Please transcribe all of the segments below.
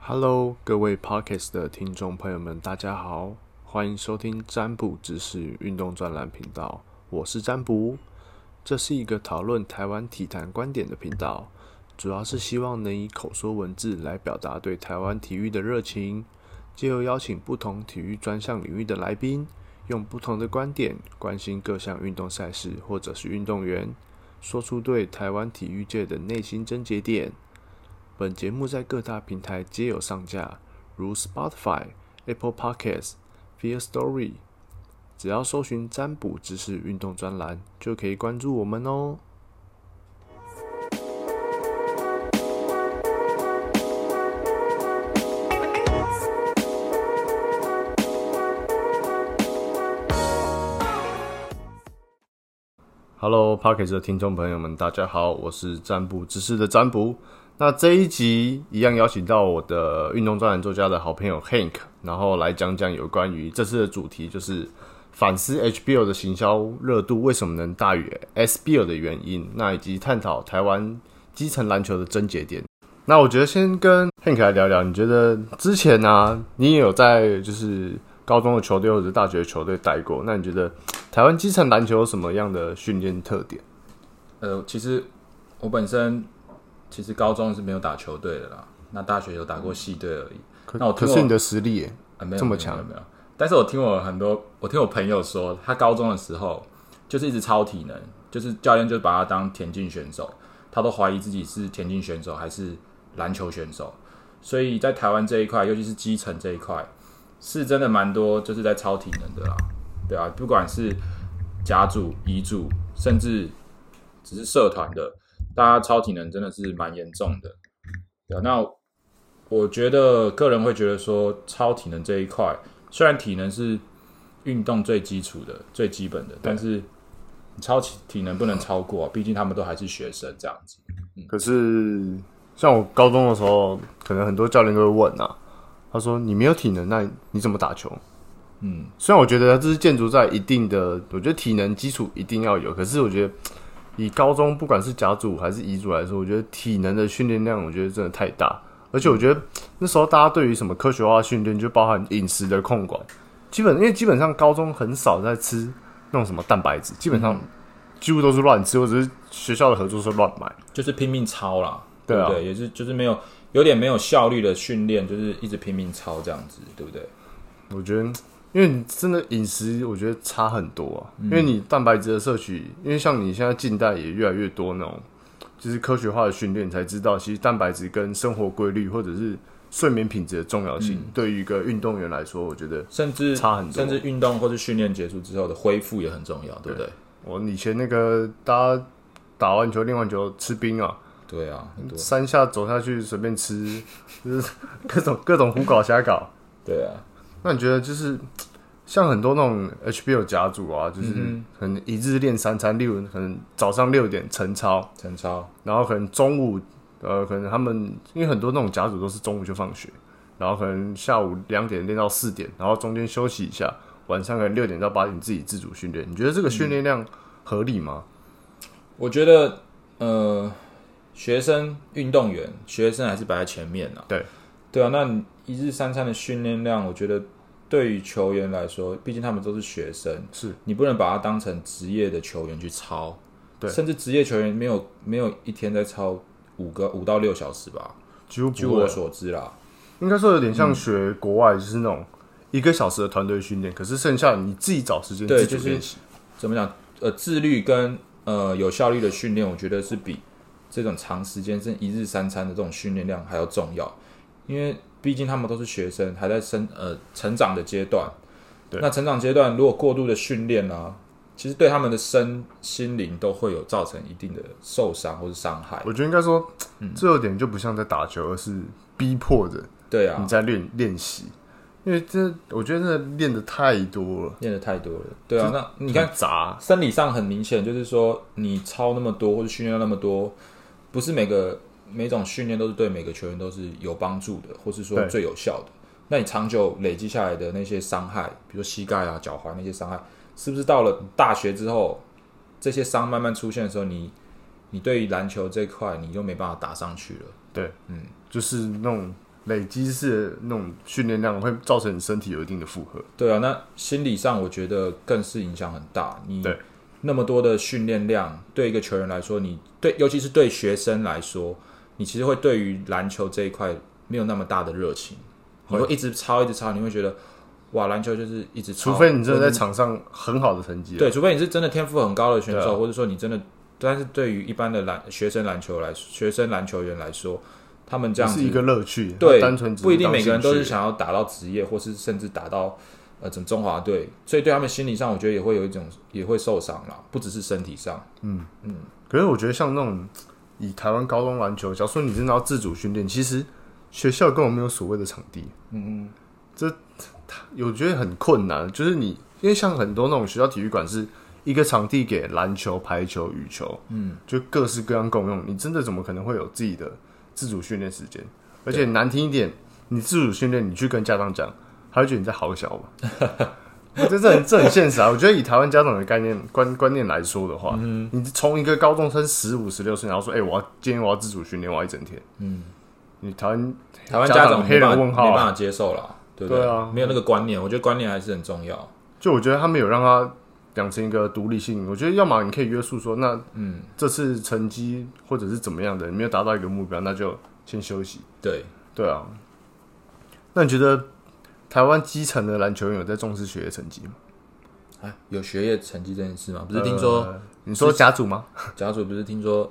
Hello，各位 Podcast 的听众朋友们，大家好，欢迎收听占卜知识与运动专栏频道，我是占卜。这是一个讨论台湾体坛观点的频道，主要是希望能以口说文字来表达对台湾体育的热情，藉由邀请不同体育专项领域的来宾，用不同的观点关心各项运动赛事或者是运动员，说出对台湾体育界的内心症结点。本节目在各大平台皆有上架，如 Spotify、Apple Podcasts、Firstory， 只要搜寻占卜知识运动专栏，就可以关注我们哦。Hello Podcast 的听众朋友们，大家好，我是占卜知识的占卜。那这一集一样邀请到我的运动专栏作家的好朋友 Hank， 然后来讲讲有关于这次的主题，就是反思 HBL 的行销热度为什么能大于 SBL 的原因，那以及探讨台湾基层篮球的症结点。那我觉得先跟 Hank 来聊聊，你觉得之前啊，你也有在就是高中的球队或者大学的球队待过，那你觉得台湾基层篮球有什么样的训练特点？ 其实我本身高中是没有打球队的啦，那大学有打过系队而已。 可是你的实力耶， 没有这么强， 没有。但是我听我朋友说，他高中的时候就是一直超体能，就是教练就把他当田径选手，他都怀疑自己是田径选手还是篮球选手。所以在台湾这一块，尤其是基层这一块，是真的蛮多就是在超体能的啦。对啊，不管是甲组、乙组，甚至只是社团的，大家超体能真的是蛮严重的。对啊，那我觉得个人会觉得说，超体能这一块，虽然体能是运动最基础的、最基本的，但是超体能不能超过，毕竟他们都还是学生这样子。 可是像我高中的时候，可能很多教练都会问啊，他说你没有体能，那你怎么打球？虽然我觉得这是建筑在一定的，我觉得体能基础一定要有，可是我觉得以高中不管是甲组还是乙组来说，我觉得体能的训练量，我觉得真的太大。而且我觉得那时候大家对于什么科学化训练，就包含饮食的控管，因为基本上高中很少在吃那种什么蛋白质，基本上几乎都是乱吃，或者是学校的合作社乱买， 就是拼命操啦， 对啊， 对不对？也是就是有点没有效率的训练，就是一直拼命操这样子，对不对？ 我觉得，因为你真的饮食，我觉得差很多啊。因为你蛋白质的摄取，因为像你现在近代也越来越多那种，就是科学化的训练，才知道其实蛋白质跟生活规律或者是睡眠品质的重要性，对于一个运动员来说，我觉得差很多。 甚至运动或是训练结束之后的恢复也很重要，对不对？ 我以前那个大家打完球、练完球吃冰啊。 对啊，很多山下走下去随便吃，就是各种胡搞瞎搞。 对啊， 那你觉得就是像很多那种 HBL 甲组啊，就是可能一日练3餐，例如可能早上6点晨操，然后可能中午可能他们因为很多那种甲组都是中午就放学，然后可能下午2点练到4点，然后中间休息一下，晚上可能6点到8点自己自主训练。你觉得这个训练量合理吗？ 我觉得学生运动员学生还是摆在前面啊。对啊，那你一日3餐的训练量，我觉得对于球员来说，毕竟他们都是学生， 是你不能把它当成职业的球员去操。对，甚至职业球员没有一天在操5到6小时吧，据我所知啦。 应该说有点像学国外，就是那种1个小时的团队训练，可是剩下你自己找时间自主练习。 怎么讲？自律跟有效率的训练，我觉得是比这种长时间甚至一日3餐的这种训练量还要重要，因为毕竟他们都是学生，还在成长的阶段。那成长阶段如果过度的训练啊，其实对他们的身心灵都会有造成一定的受伤或是伤害。 我觉得应该说，这有点就不像在打球，而是逼迫着你在练习。因为我觉得这练的太多了， 对啊，那你看生理上很明显，就是说你操那么多或者训练那么多，不是每种训练都是对每个球员都是有帮助的，或是说最有效的。那你长久累积下来的那些伤害，比如说膝盖啊、脚踝那些伤害，是不是到了大学之后，这些伤慢慢出现的时候，你对于篮球这块你就没办法打上去了？ 对，就是那种累积式的那种训练量，会造成你身体有一定的负荷。 对啊，那心理上我觉得更是影响很大。你那么多的训练量，对一个球员来说，尤其是对学生来说，你其实会对于篮球这一块没有那么大的热情，你会一直抄，你会觉得哇，篮球就是一直抄。 除非你真的在场上很好的成绩， 对，除非你是真的天赋很高的选手，或者说你真的，但是对于一般的学生篮球员来说，他们这样子是一个乐趣， 对， 单纯不一定每个人都是想要打到职业，或是甚至打到中华队，所以对他们心理上，我觉得也会受伤啦，不只是身体上。 可是我觉得像那种以台湾高中篮球，假如说你真的要自主训练，其实学校根本没有所谓的场地。这我觉得很困难，就是因为像很多那种学校体育馆是一个场地给篮球、排球、羽球，就各式各样共用，你真的怎么可能会有自己的自主训练时间？而且难听一点，你自主训练，你去跟家长讲，他会觉得你在好小吧？这很现实啊！我觉得以台湾家长的概念观念来说的话，你从一个高中生15、16岁，然后说，今天我要自主训练，我要一整天，你台湾家长黑人问号没办法接受啦，对不对？ 对啊， 没有那个观念，我觉得观念还是很重要。 就我觉得他们有让他养成一个独立性，我觉得要么你可以约束说，那这次成绩或者是怎么样的，你没有达到一个目标，那就先休息。对啊，那你觉得台湾基层的篮球员有在重视学业成绩吗？ 有学业成绩这件事吗？不是听说你说甲组吗？ 甲组不是听说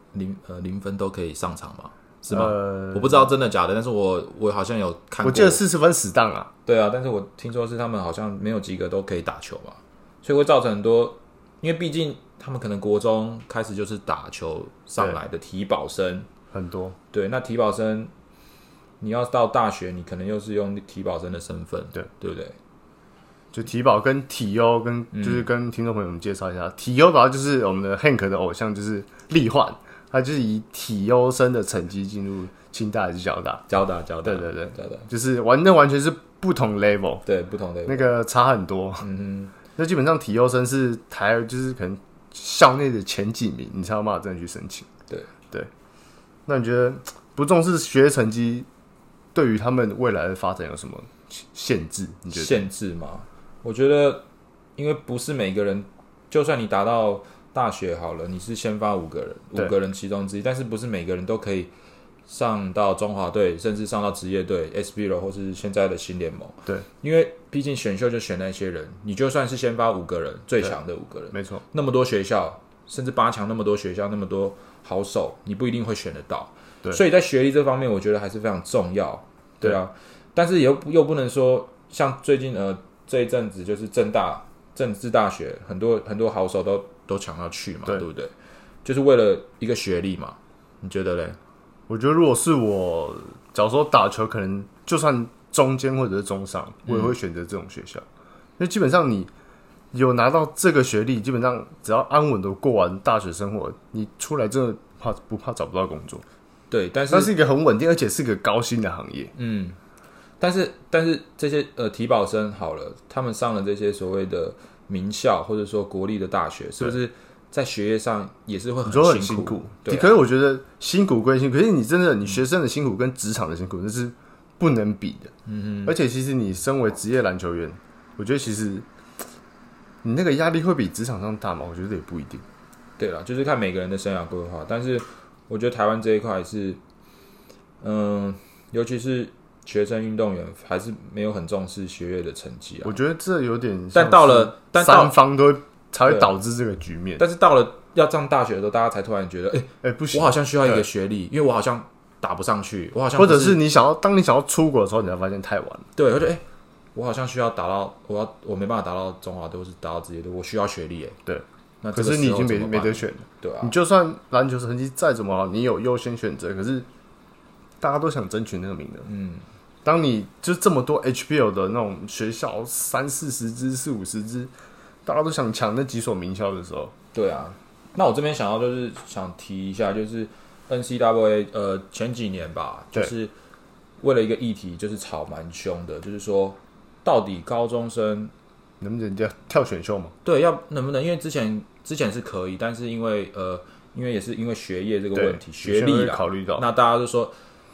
0分都可以上场吗？是吗？我不知道真的假的，但是我好像有看过。 我记得40分死当啊。 对啊，但是我听说是他们好像没有几个都可以打球嘛，所以会造成很多，因为毕竟他们可能国中开始就是打球上来的体保生很多。 对，那体保生你要到大学，你可能又是用体保生的身份，对不对？ 就体保跟体优就是跟听众朋友们介绍一下，体优的话就是我们的 Hank 的偶像就是立焕，他就是以体优生的成绩进入清大还是交大？交大，对，就是完全是不同 level， 对，不同 level， 那个差很多。那基本上体优生是就是可能校内的前几名，你才有办法真的去申请。对，那你觉得不重视学业成绩，对于他们未来的发展有什么限制？你觉得限制吗？我觉得，因为不是每个人，就算你达到大学好了，你是先发5个人其中之一，但是不是每个人都可以上到中华队，甚至上到职业队 SBL 或是现在的新联盟。 对， 因为毕竟选秀就选那些人，你就算是先发5个人，最强的5个人， 没错， 那么多学校，甚至8强那么多学校，那么多好手，你不一定会选得到。 对， 所以在学历这方面，我觉得还是非常重要。对啊，但是又不能说像最近这一阵子就是政治大学很多好手都抢要去嘛，对不对？就是为了一个学历嘛，你觉得嘞？ 我觉得如果是我，假如说打球，可能就算中间或者是中上，我也会选择这种学校，因为基本上你有拿到这个学历，基本上只要安稳的过完大学生活，你出来真的不怕找不到工作。 对，但是一个很稳定，而且是个高薪的行业。 但是这些体保生好了，他们上了这些所谓的名校或者说国立的大学，是不是在学业上也是会很辛苦？对啊， 可是我觉得辛苦归辛苦，可是你学生的辛苦跟职场的辛苦那是不能比的。而且其实你身为职业篮球员，我觉得其实你那个压力会比职场上大吗？我觉得也不一定。 对啦，就是看每个人的生涯规划，但是我觉得台湾这一块是，尤其是学生运动员还是没有很重视学业的成绩啊。 我觉得这有点像， 但到了三方才会导致这个局面。 但是到了要上大学的时候，大家才突然觉得， 不行， 我好像需要一个学历，因为我好像打不上去，我好像或者是当你想要出国的时候，你才发现太晚了。 对，我觉得我好像需要达到，我没办法达到中华队或是达到职业队，我需要学历对。 那可是你已经没得选了， 对啊。 你就算篮球成绩再怎么好，你有优先选择，可是大家都想争取那个名额。当你就这么多 HBL 的那种学校30-40支、40-50支，大家都想抢那几所名校的时候， 对啊。那我这边想要就是想提一下，就是 NCAA 前几年吧，就是为了一个议题，就是吵蛮凶的，就是说到底高中生能不能跳选秀嘛？ 对，能不能？因为之前是可以，但是因为也是因为学业这个问题，学历啦， 考虑到， 那大家就说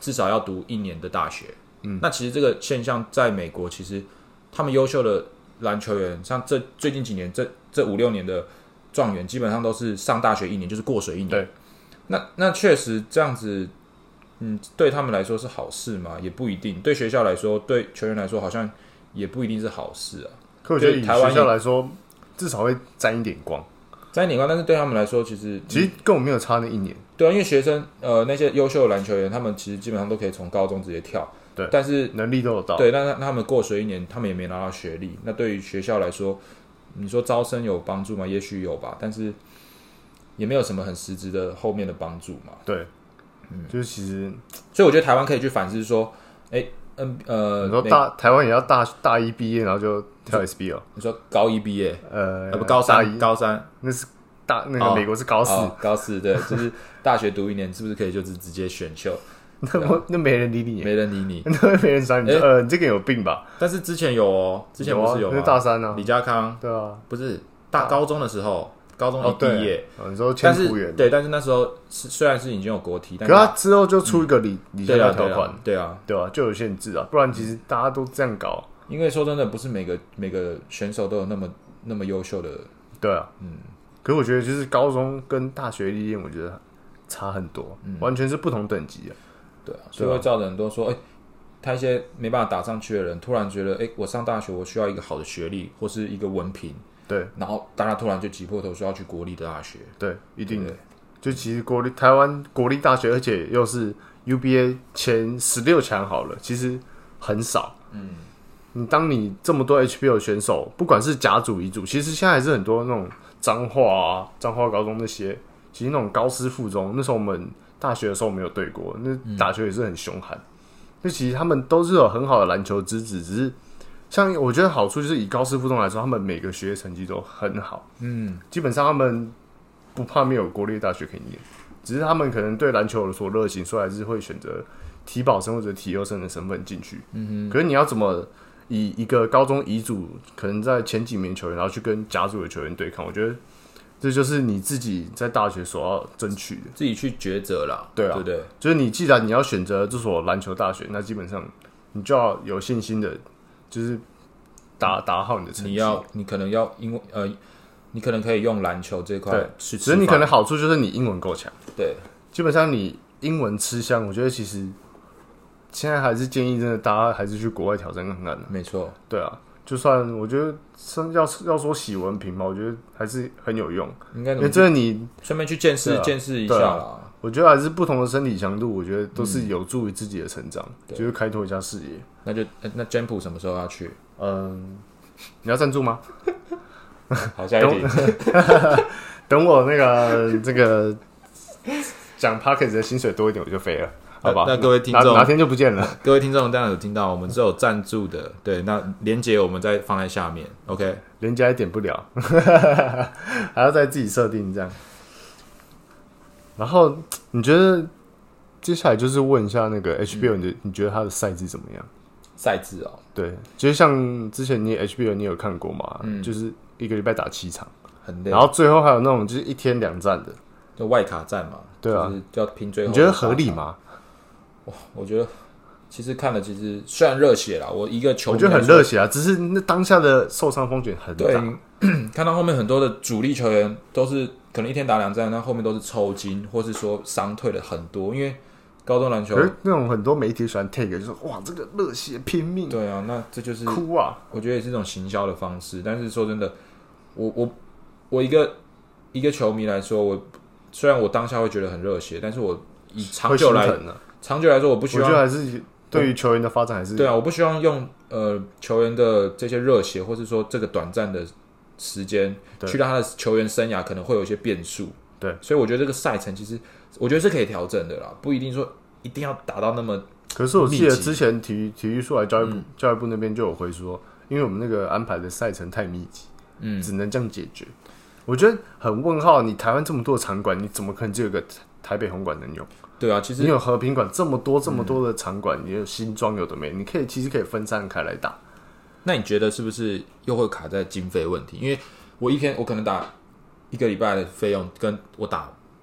至少要读1年的大学。那其实这个现象在美国，其实他们优秀的篮球员，像最近几年这5-6年的状元，基本上都是上大学1年，就是过水1年。 对， 那确实这样子，对他们来说是好事吗？也不一定。对学校来说，对球员来说，好像也不一定是好事啊。 可我觉得以学校来说，至少会沾一点光， 但是对他们来说，其实根本没有差那1年。 对啊，因为学生那些优秀的篮球员，他们其实基本上都可以从高中直接跳。 对， 但是能力都有到。 对，那他们过水1年，他们也没拿到学历。那对于学校来说，你说招生有帮助吗？也许有吧，但是也没有什么很实质的后面的帮助嘛。 对，就是其实， 所以我觉得台湾可以去反思说， 你说台湾也要大一毕业，然后就跳 SBL。 你说高1毕业，不高 3， 高3， 那是那个美国是高4， 高4对，就是大学读1年，是不是可以就是直接选秀？ 那没人理你， 没人理你， 那没人找你。你这个有病吧？ 但是之前有哦，之前不是有吗？ 那大3啊， 李家康， 对啊， 不是高中的时候，高中一毕业， 你说签图员， 对，但是那时候虽然是已经有国体，但可他之后就出一个李家康条款， 对啊， 就有限制啊，不然其实大家都这样搞。 因为说真的，不是每个选手都有那么优秀的， 对啊，可是我觉得就是高中跟大学历练，我觉得差很多，完全是不同等级啊。 对啊，所以会造成很多说，他一些没办法打上去的人，突然觉得，我上大学我需要一个好的学历或是一个文凭， 对， 然后大家突然就挤破头说要去国立的大学， 对，一定的。就其实台湾国立大学，而且又是 UBA 前16强好了，其实很少。当你这么多 HBL 选手，不管是甲组、乙组，其实现在还是很多那种彰化高中那些，其实那种高师附中，那时候我们大学的时候没有对过，那打球也是很凶悍。那其实他们都是有很好的篮球资质，只是像我觉得好处就是以高师附中来说，他们每个学业成绩都很好，基本上他们不怕没有国立大学可以念，只是他们可能对篮球有所热情，所以还是会选择体保生或者体优生的身份进去。可是你要怎么以一个高中乙组可能在前几名球员，然后去跟甲组的球员对抗？我觉得这就是你自己在大学所要争取的， 自己去抉择啦。 对啊， 对不对？ 就是你既然你要选择这所篮球大学，那基本上你就要有信心的，就是打好你的成绩。 你可能要因为你可能可以用篮球这块去吃饭， 只是你可能好处就是你英文够强。 对，基本上你英文吃香，我觉得其实现在还是建议真的大家还是去国外挑战看看的。 没错， 对啊，就算我觉得要说洗文凭嘛，我觉得还是很有用。 应该因为真的你顺便去见识一下啦。 我觉得还是不同的身体强度，我觉得都是有助于自己的成长，就是开拓一下视野。 那 Jampu 什么时候要去？ 你要赞助吗？ 好，下一题。 等我这个讲 Podcast 的薪水多一点，我就飞了。好吧， 那各位听众哪天就不见了。 各位听众当然有听到，我们是有赞助的，对，那连结我们再放在下面 ，OK， 连结还点不了，还要再自己设定这样。然后你觉得接下来就是问一下那个 HBL，你觉得它的赛制怎么样？ 赛制哦， 对，就是像之前你 HBL 你有看过吗？就是一个礼拜打7场， 很累， 然后最后还有那种就是1天2战的， 就外卡战嘛， 对啊， 就是要拼最后。 你觉得合理吗？ 我觉得其实看了，其实虽然热血啦，我一个球迷我觉得很热血啊，只是那当下的受伤风险很大。 对，看到后面很多的主力球员都是可能1天打2战，那后面都是抽筋，或是说伤退了很多，因为高中篮球那种很多媒体喜欢 take， 就是哇这个热血拼命。 对啊，那这就是哭啊！ 我觉得也是一种行销的方式，但是说真的，我一个球迷来说，虽然我当下会觉得很热血，但是我以长久来说，我不希望， 我觉得还是对于球员的发展还是对啊，我不希望用球员的这些热血，或是说这个短暂的时间，去让他的球员生涯可能会有一些变数。 对， 所以我觉得这个赛程其实我觉得是可以调整的啦，不一定说一定要打到那么。 可是我记得之前体育出来教育部那边就有回说，因为我们那个安排的赛程太密集，只能这样解决。我觉得很问号，你台湾这么多的场馆，你怎么可能只有个台北红馆能用？ 对啊，其实你有和平馆这么多的场馆，你有新庄有的没，你其实可以分散开来打。 那你觉得是不是又会卡在经费问题？因为我一天我可能打1个礼拜的费用，跟我打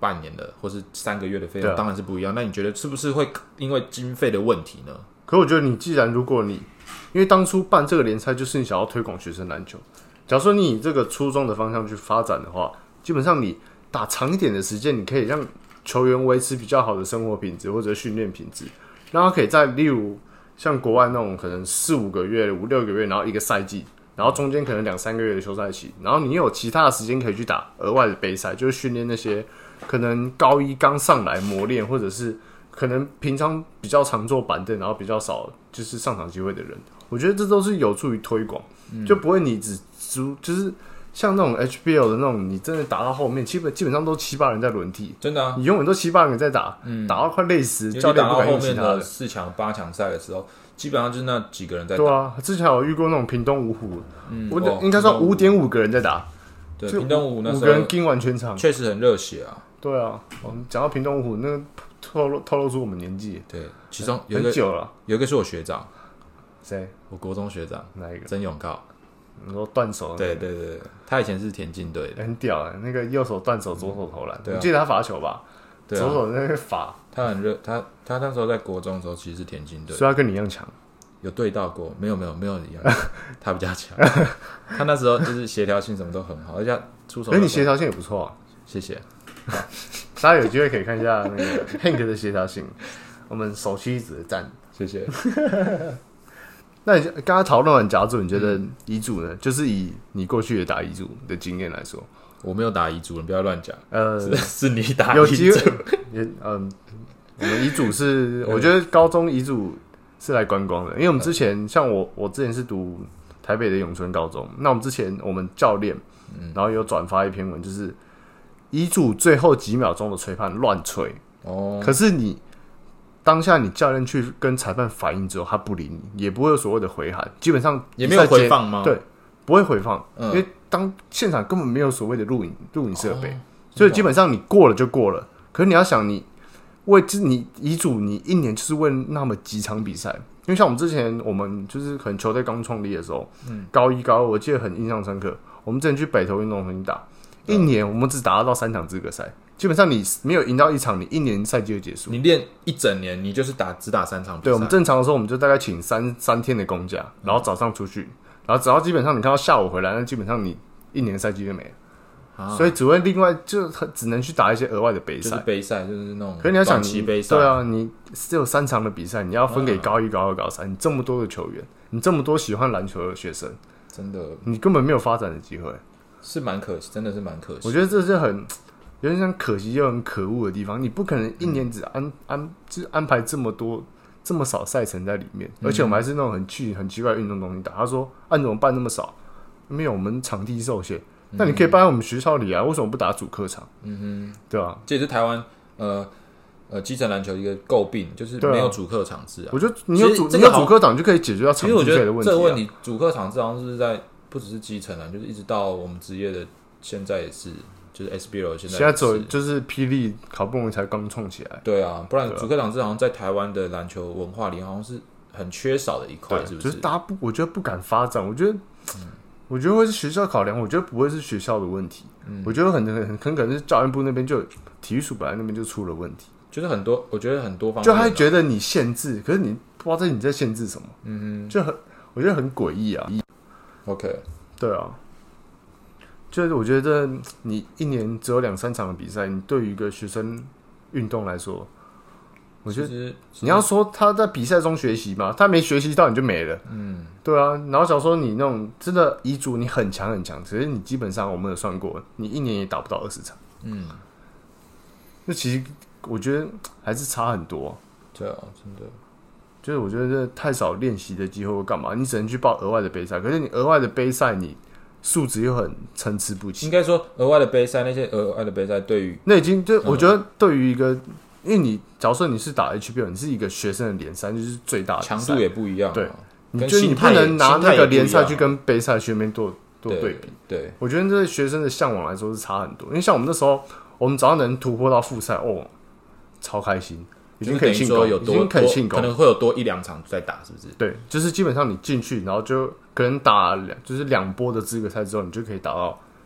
半年的或是3个月的费用， 对啊， 当然是不一样。那你觉得是不是会因为经费的问题呢？ 可我觉得如果你因为当初办这个联赛就是你想要推广学生篮球，假如说你以这个初衷的方向去发展的话，基本上你打长一点的时间，你可以让球员维持比较好的生活品质或者训练品质，让他可以在例如像国外那种可能4-5个月、5-6个月，然后一个赛季，然后中间可能2-3个月的休赛期，然后你有其他的时间可以去打额外的杯赛，就是训练那些可能高一刚上来磨练，或者是可能平常比较常坐板凳，然后比较少就是上场机会的人。我觉得这都是有助于推广，就不会你就是像那种 HBL 的那种，你真的打到后面，基本上都7-8人在轮替， 真的啊， 你永远都7-8人在打，打到快累死，教练不敢用其他的。 4强、8强赛的时候，基本上就是那几个人在打。 对啊，之前有遇过那种屏东五虎，应该说5.5个人在打， 对，屏东五虎那时候 5个人盯完全场， 确实很热血啊。 对啊，我们讲到屏东五虎，那个透露出我们年纪， 对，其中很久了， 有一个是我学长， 谁？ 我国中学长， 哪一个？ 曾永告。 你说断手、 对，他以前是田径队的， 很屌哎、那个右手断手，左手投篮、 对啊， 我记得他罚球吧？ 对啊， 左手那个罚， 他很热，他那时候在国中的时候其实是田径队， 所以他跟你一样强。 有对到过，没有一样，他比较强。他那时候就是协调性什么都很好，而且出手。 可是你协调性也不错啊， 谢谢。 大家有机会可以看一下那个 Hank 的协调性，我们首屈一指的赞， 谢谢。 那你刚刚讨论完甲组，你觉得乙组呢？就是以你过去也打乙组的经验来说， 我没有打乙组，你不要乱讲。是你打有乙组。 我们乙组是，我觉得高中乙组是来观光的，因为我们之前像我之前是读台北的永春高中，那我们之前我们教练，然后有转发一篇文，就是乙组最后几秒钟的吹判乱吹，可是你当下你教练去跟裁判反映之后，他不理你，也不会有所谓的回函，基本上也没有回放吗？ 对，不会回放，因为当现场根本没有所谓的录影设备，所以基本上你过了就过了。可是你要想你乙组你一年就是为那么几场比赛，因为像我们就是可能球队刚创立的时候，高一高二我记得很印象深刻，我们之前去北投运动中心打，一年我们只打得到3场资格赛。基本上你没有赢到1场，你1年赛季就结束。 你练一整年，你就是只打3场比赛。 对，我们正常的时候，我们就大概请三天的公假，然后早上出去，然后只要基本上你看到下午回来，那基本上你1年赛季就没了。所以只会另外就只能去打一些额外的杯赛， 就是杯赛，就是那种可是你要想短期杯赛。 对啊，你只有3场的比赛，你要分给高一、高二、高三，你这么多的球员，你这么多喜欢篮球的学生， 真的， 你根本没有发展的机会， 是蛮可惜，真的是蛮可惜。 我觉得这是有点像可惜又很可恶的地方。你不可能一年只安排这么多这么少赛程在里面，而且我们还是那种很奇怪的运动中心打。他说：“怎么办那么少？没有，我们场地受限。那你可以办在我们学校里啊，为什么不打主客场？对吧？ 这也是台湾基层篮球一个诟病，就是没有主客场制啊。 我觉得你有主客场就可以解决到场地费的问题。 这个问题，主客场制好像是在不只是基层啊，就是一直到我们职业的现在也是。”就是 SBL 现在走就是霹雳，好不容易才刚创起来。 对啊，不然主客场制好像在台湾的篮球文化里，好像是很缺少的一块，是不是？ 就是大家我觉得不敢发展。我觉得会是学校考量，我觉得不会是学校的问题。我觉得很可能是教练部那边就体育署本来那边就出了问题。 就是我觉得很多方面， 就他觉得你限制，可是你不知道你在限制什么。我觉得很诡异啊。 OK， 对啊。 就是我觉得你一年只有2-3场的比赛，你对于一个学生运动来说，我觉得你要说他在比赛中学习嘛，他没学习到你就没了。对啊。然后假如说你那种真的乙组你很强，可是你基本上我们有算过，你一年也打不到20场。那其实我觉得还是差很多。 对啊，真的。 就是我觉得这太少练习的机会或干嘛，你只能去报额外的杯赛，可是你额外的杯赛你。素质又很参差不齐。 应该说，额外的杯赛，那些额外的杯赛，对于那已经就我觉得对于一个，因为你假如说你是打 HBL， 你是一个学生的联赛，就是最大的强度也不一样。 对，你不能拿那个联赛去跟杯赛去那边做对比。 对， 我觉得这学生的向往来说是差很多。因为像我们那时候，我们只要能突破到复赛，超开心。已经可以庆功，已经可以庆功， 可能会有多1-2场在打，是不是？ 对，就是基本上你进去，然后就可能打就是2波的资格赛之后，你就可以打到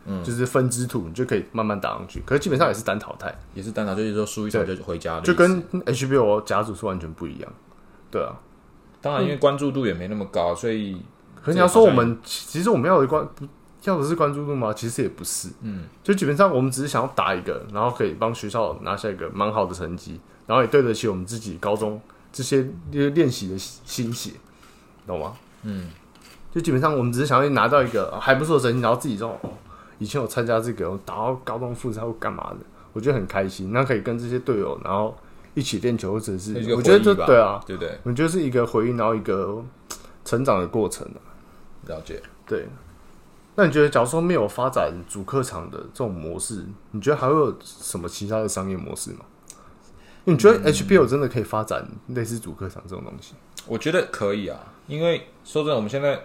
就是分支图，你就可以慢慢打上去。可是基本上也是单淘汰， 也是单淘，就是说输一场就回家的， 就跟 HBO 甲组是完全不一样。对啊， 当然因为关注度也没那么高，所以可是你要说其实我们要的是关注度吗？其实也不是，就基本上我们只是想要打一个，然后可以帮学校拿下一个蛮好的成绩，然后也对得起我们自己高中这些练习的心血，懂吗？就基本上我们只是想要拿到一个还不错的成绩，然后自己说以前有参加这个，我打到高中复赛或干嘛的，我觉得很开心，那可以跟这些队友然后一起练球，或者是我觉得这对啊， 对不对？ 我觉得是一个回忆，然后一个成长的过程啊。 了解， 对。那你觉得，假如说没有发展主客场的这种模式，你觉得还会有什么其他的商业模式吗？你觉得 HBO 真的可以发展类似主客场这种东西？ 我觉得可以啊，因为说真的，我们现在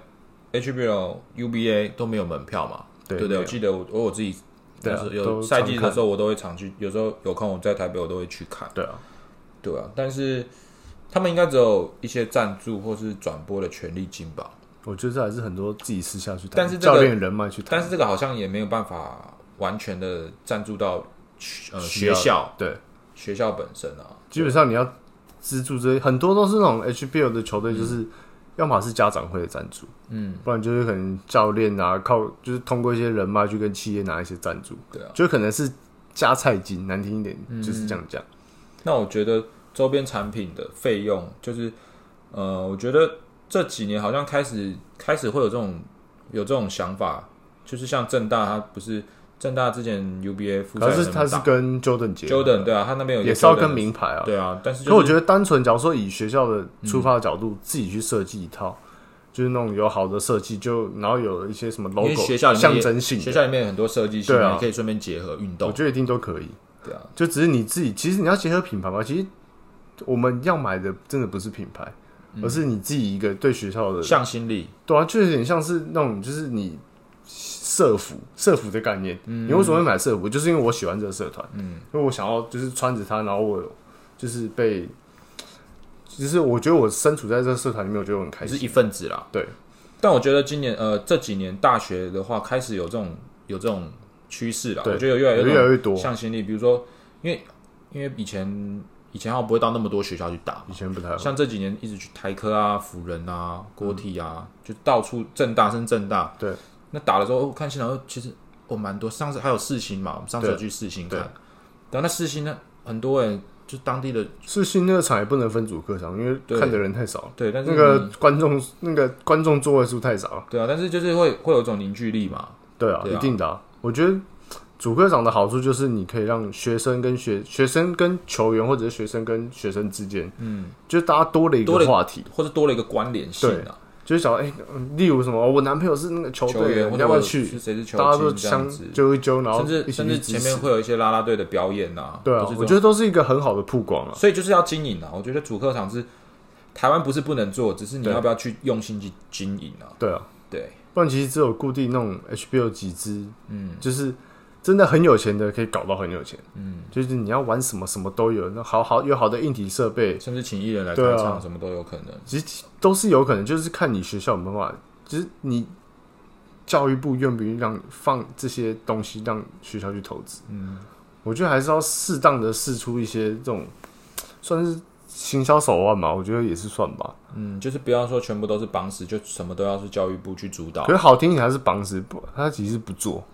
HBO、UBA 都没有门票嘛，对不对？我记得我自己有赛季的时候，我都会常去，有时候有空我在台北我都会去看。对啊，但是他们应该只有一些赞助或是转播的权利金吧。 我觉得这还是很多自己私下去谈， 但是教练人脉去谈。 但是这个好像也没有办法完全的赞助到学校， 对学校本身啊。 基本上你要资助这些，很多都是那种 HBO 的球队，就是要么是家长会的赞助，不然就是可能教练啊就是通过一些人脉去跟企业拿一些赞助，对啊，就可能是加菜金，难听一点就是这样讲。 那我觉得周边产品的费用，就是我觉得这几年好像开始会有这种想法，就是像政大，它不是政大之前 UBA 复赛，可是它是跟 Jordan 结合 Jordan 对啊，他那边有也是要跟名牌啊， 对啊，但是可我觉得单纯假如说以学校的出发的角度，自己去设计一套，就是那种有好的设计，然后有一些什么 logo 象征性， 学校里面有很多设计性，你可以顺便结合运动， 我觉得一定都可以。 对啊， 就只是你自己，其实你要结合品牌嘛，其实我们要买的真的不是品牌，而是你自己一个对学校的向心力。 对啊，就有点像是那种，就是你社服的概念。你为什么会买社服？就是因为我喜欢这个社团，因为我想要就是穿着它，然后我就是就是我觉得我身处在这个社团里面，我觉得我很开心， 是一份子啦。对，但我觉得今年这几年大学的话，开始有这种趋势啦。我觉得有越来越多向心力，比如说，因为以前好像不会到那么多学校去打， 以前不太好， 像这几年一直去台科啊、辅仁啊、国体啊，就到处政大，对。那打的时候，我看现场其实蛮多，上次还有世新嘛，我们上次有去世新看，然后那世新呢很多人就当地的世新那个场也不能分主客场，因为看的人太少了， 对，但是那个观众座位数太少了， 对啊，但是就是会有一种凝聚力嘛， 对啊，一定的啊，我觉得。主客场的好处就是你可以让学生跟球员，或者是学生跟学生之间，就是大家多了一个话题， 或者多了一个关联性啊。 就是想，例如什么，我男朋友是那个球队，你要不要去？ 谁是球大家都相揪一揪，然后甚至前面会有一些啦啦队的表演啊。 对啊，我觉得都是一个很好的曝光啊。 所以就是要经营啊。我觉得主客场是台湾不是不能做，只是你要不要去用心去经营啊。 对啊， 对，不然其实只有固定那种 HBO 几支，就是真的很有钱的可以搞到很有钱，就是你要玩什么什么都有，那有好的硬体设备， 甚至请艺人来开场，什么都有可能。 其实都是有可能，就是看你学校有没有办法，就是你教育部愿不愿意让放这些东西让学校去投资。我觉得还是要适当的释出一些这种算是行销手腕嘛，我觉得也是算吧。 就是不要说全部都是绑死，就什么都要是教育部去主导。 可是好听起来是绑死，他其实不做。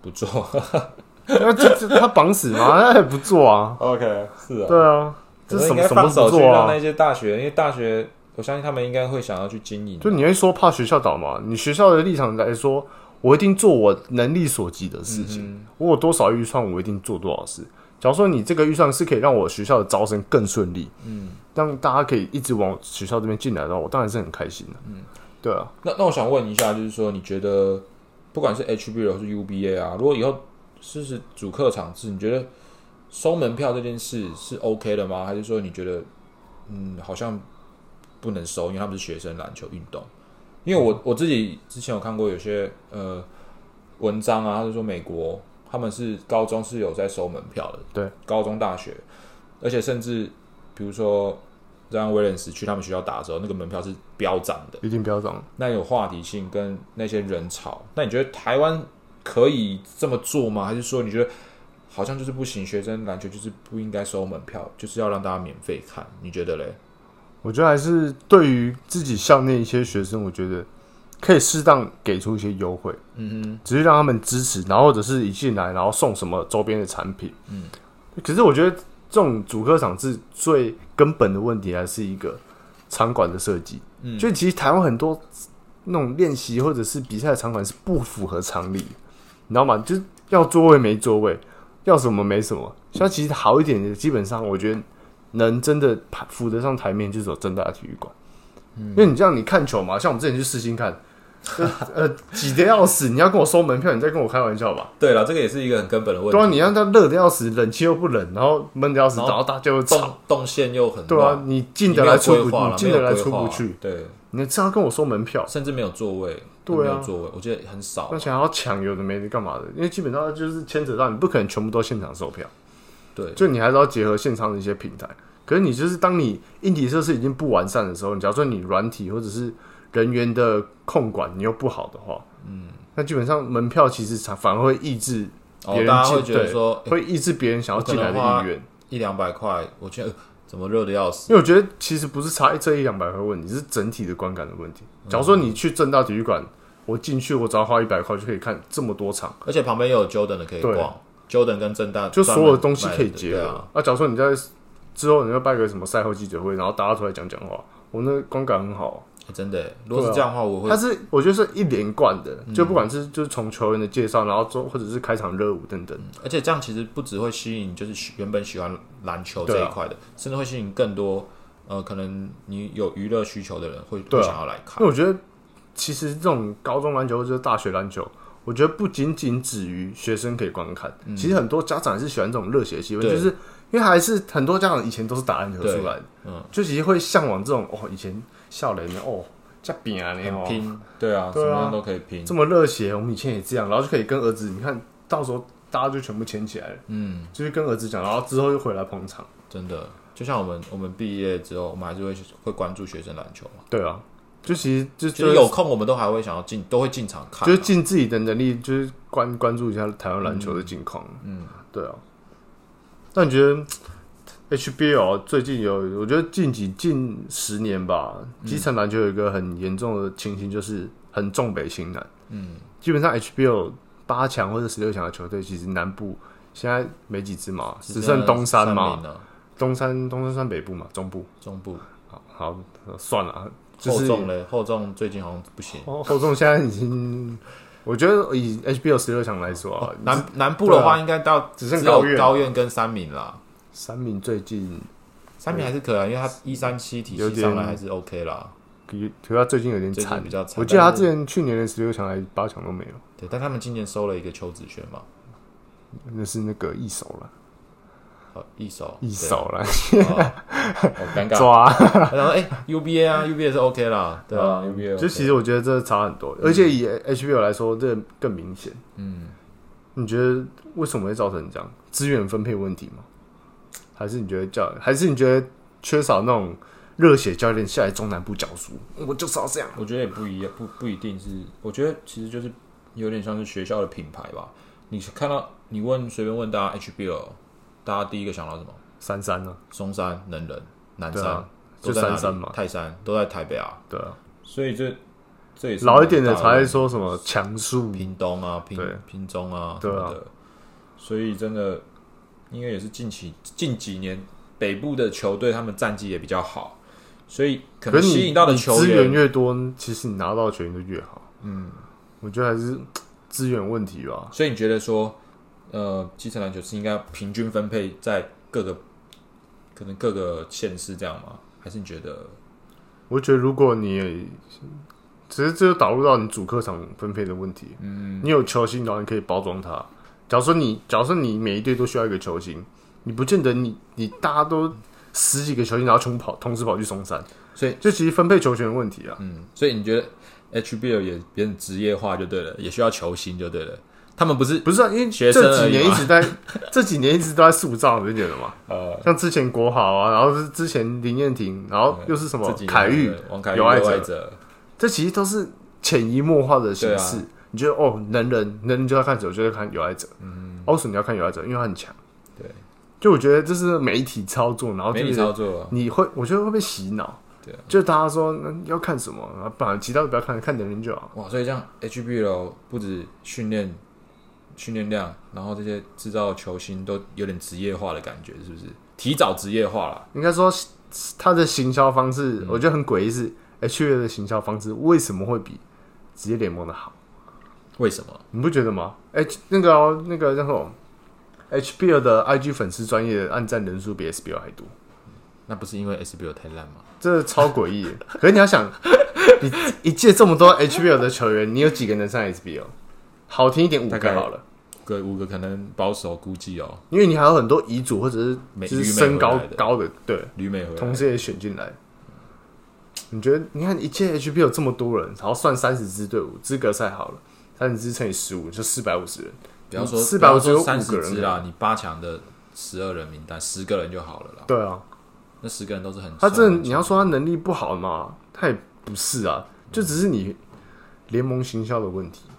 他绑死吗？他也不做啊。 OK， 是啊。 对啊，这什么放手去让那些大学，因为大学，我相信他们应该会想要去经营。 就你会说怕学校倒吗？你学校的立场来说，我一定做我能力所及的事情。我有多少预算，我一定做多少事。假如说你这个预算是可以让我学校的招生更顺利，让大家可以一直往学校这边进来的话，我当然是很开心的。对啊。 那我想问一下，就是说，你觉得不管是 HBL 或是 UBA 啊，如果以后是主客场制，你觉得收门票这件事是 OK 的吗？还是说你觉得好像不能收，因为他们是学生篮球运动？因为我自己之前有看过有些文章啊，他就说美国他们是高中是有在收门票的， 对， 高中大学，而且甚至比如说让威廉斯去他们学校打的时候，那个门票是飙涨的， 一定飙涨。 那有话题性跟那些人潮，那你觉得台湾可以这么做吗？还是说你觉得好像就是不行？学生篮球就是不应该收门票，就是要让大家免费看？你觉得嘞？ 我觉得还是对于自己校内一些学生，我觉得可以适当给出一些优惠，只是让他们支持，然后或者是一进来然后送什么周边的产品，可是我觉得这种主客场是最根本的问题，还是一个场馆的设计。就其实台湾很多那种练习或者是比赛的场馆是不符合常理，你知道吗？就是要座位没座位，要什么没什么。像其实好一点的，基本上我觉得能真的扶得上台面，就是有政大体育馆。因为你这样你看球嘛，像我们之前去世新看。挤得要死！你要跟我收门票，你在跟我开玩笑吧？ 对了，这个也是一个很根本的问题。 对啊，你让他热的要死，冷气又不冷，然后闷的要死，然后大家又吵， 动线又很乱。 对啊，你进得来出不，你进得来出不去。 对， 你这样跟我收门票， 甚至没有座位。 对啊， 没有座位，我觉得很少。 而且还要抢有的没的干嘛的？因为基本上就是牵扯到你不可能全部都现场售票。 对， 就你还是要结合现场的一些平台。可是你就是当你硬体设施已经不完善的时候，假如说你软体或者是人员的控管你又不好的话，那基本上门票其实反而会抑制别人大家会觉得说， 会抑制别人想要进来的意愿。 100-200块，我觉得怎么热的要死。 因为我觉得其实不是差这100-200块问题，是整体的观感的问题。假如说你去政大体育馆，我进去我只要花100块就可以看这么多场， 而且旁边又有 Jordan 的可以逛 ，Jordan 跟政大就所有的东西可以结合。 啊， 假如说你在之后你要办个什么赛后记者会，然后大家出来讲话，我那观感很好。 真的，如果是这样的话，我觉得是一连贯的，就不管是就是从球员的介绍，然后或者是开场热舞等等， 而且这样其实不只会吸引就是原本喜欢篮球这一块的，甚至会吸引更多可能你有娱乐需求的人会想要来看。 因为我觉得其实这种高中篮球或者大学篮球，我觉得不仅仅止于学生可以观看，其实很多家长也是喜欢这种热血气氛，就是因为还是很多家长以前都是打篮球出来的，就其实会向往这种以前校园的这拼啊， 很拼，对啊，什么样都可以拼， 这么热血，我们以前也这样，然后就可以跟儿子，你看到时候大家就全部牵起来了，就是跟儿子讲，然后之后又回来捧场， 真的，就像我们毕业之后，我们还是会关注学生篮球嘛， 对啊，就其实有空我们都还会想要都会进场看， 就是尽自己的能力，就是关注一下台湾篮球的近况，对啊，那你觉得？HBL 最近我觉得近10年吧，基层篮球有一个很严重的情形，就是很重北轻南。基本上 HBL 8强或者16强的球队，其实南部现在没几支嘛，只剩东山嘛，东山算北部嘛，中部。好算了，就是后重最近好像不行， 后重现在已经。我觉得以 HBL 16强来说啊， 南部的话应该到只剩高院跟三民啦。 三民最近还是可以，因为他137体系上来还是 OK 啦。 可是他最近有点惨， 比较惨。 我记得他之前去年的16强还8强都没有。 对，但他们今年收了一个邱子轩嘛， 那是那个一手了。 一手了， 好尴尬。 抓， 然后UBA 啊 ，UBA 是 OK 啦，对啊 ，UBA。 就其实我觉得这差很多，而且以 HBL 来说，这更明显。你觉得为什么会造成这样？资源分配问题吗？还是你觉得缺少那种热血教练下来中南部教书？我就是要这样。 我觉得也不一样，不一定是。我觉得其实就是有点像是学校的品牌吧。你看到随便问大家 HBL， 大家第一个想到什么？ 三山啊， 松山、能人、南山， 啊、就三山嘛， 泰山都在台北啊。 对啊， 所以这也是老一点的才会说什么强树、 屏东啊、屏中啊什么的。所以真的。因为也是近几年北部的球队，他们战绩也比较好，所以可能吸引到的球员资源越多，其实你拿到的球员就越好。我觉得还是资源问题吧。 所以你觉得说，基层篮球是应该平均分配在各个县市这样吗？还是你觉得？ 我觉得如果你其实这就导入到你主客场分配的问题。你有球星，然后你可以包装它。假如说你每一队都需要一个球星，你不见得你大家都10几个球星，然后同时跑去松山，所以就其实分配球权的问题啊。 所以你觉得 HBL 也变成职业化就对了，也需要球星就对了。他们不是啊？因为这几年一直都在塑造，你不觉得吗？像之前国豪啊，然后是之前林彦廷，然后又是什么凯玉、 王凯玉、 有爱者， 这其实都是潜移默化的形式。 你觉得哦，能人就要看谁，我就要看有爱者。为什么你要看有爱者？因为他很强。 对， 就我觉得这是媒体操作，然后媒体操作， 我觉得会被洗脑。 对， 就大家说要看什么，然后把其他的不要看，看能人就好。 哇，所以这样 HBL 不止训练量，然后这些制造球星都有点职业化的感觉，是不是？提早职业化了。 应该说他的行销方式，我觉得很诡异，是 HBL 的行销方式为什么会比职业联盟的好？ 为什么？ 你不觉得吗？那个叫什么 HBL 的 IG 粉丝专业的按赞人数比 SBL 还多。 那不是因为 SBL 太烂吗？ 这超诡异的。可是你要想，你一届这么多 HBL 的球员，你有几个能上 SBL？ 好听一点5个好了 ，5个可能保守估计哦， 因为你还有很多遗嘱或者是就是身高高的，对， 旅美回来， 同时也选进来。你觉得？你看一届 HBL 这么多人，然后算30支队伍，资格赛好了，30支乘以15就450人。 不要说 450有 30 5个人啦，你8强的12人名单10个人就好了啦。 对啊， 那10个人都是很他这你要说他能力不好嘛，他也不是啊，就只是你联盟行销的问题。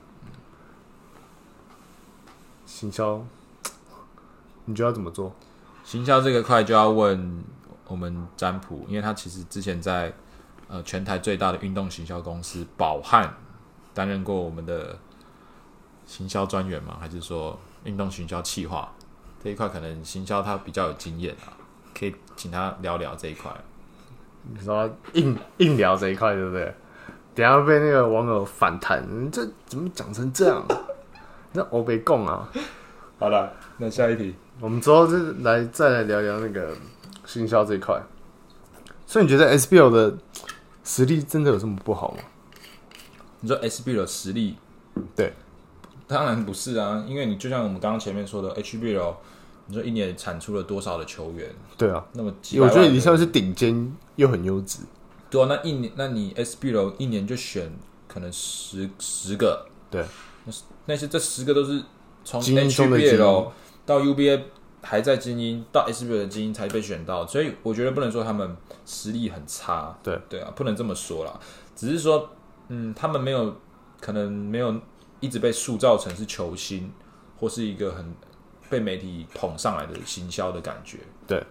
行销，你觉得要怎么做？ 行销这个块就要问我们占卜，因为他其实之前在全台最大的运动行销公司宝汉担任过我们的行销专员嘛，还是说运动行销企划这一块，可能行销他比较有经验啊，可以请他聊聊这一块。 你说硬聊这一块，对不对？等一下被那个网友反弹，你这怎么讲成这样？那欧北共啊！ 好了，那下一题， 我们之后再来聊聊那个行销这一块。所以你觉得 SBL 的实力真的有这么不好吗？ 你说 SBL 的实力？ 对， 当然不是啊，因为你就像我们刚刚前面说的 HBL， 你说一年产出了多少的球员？ 对啊， 那么我觉得你算是顶尖又很优质。 对啊，那你 SBL 一年就选可能10个， 对， 那些这10个都是从精英中的精英 HBL 到 UBA 还在精英，到 SBL 的精英才被选到，所以我觉得不能说他们实力很差，对啊，不能这么说啦，只是说，他们可能没有一直被塑造成是球星，或是一个很被媒体捧上来的行销的感觉， 对，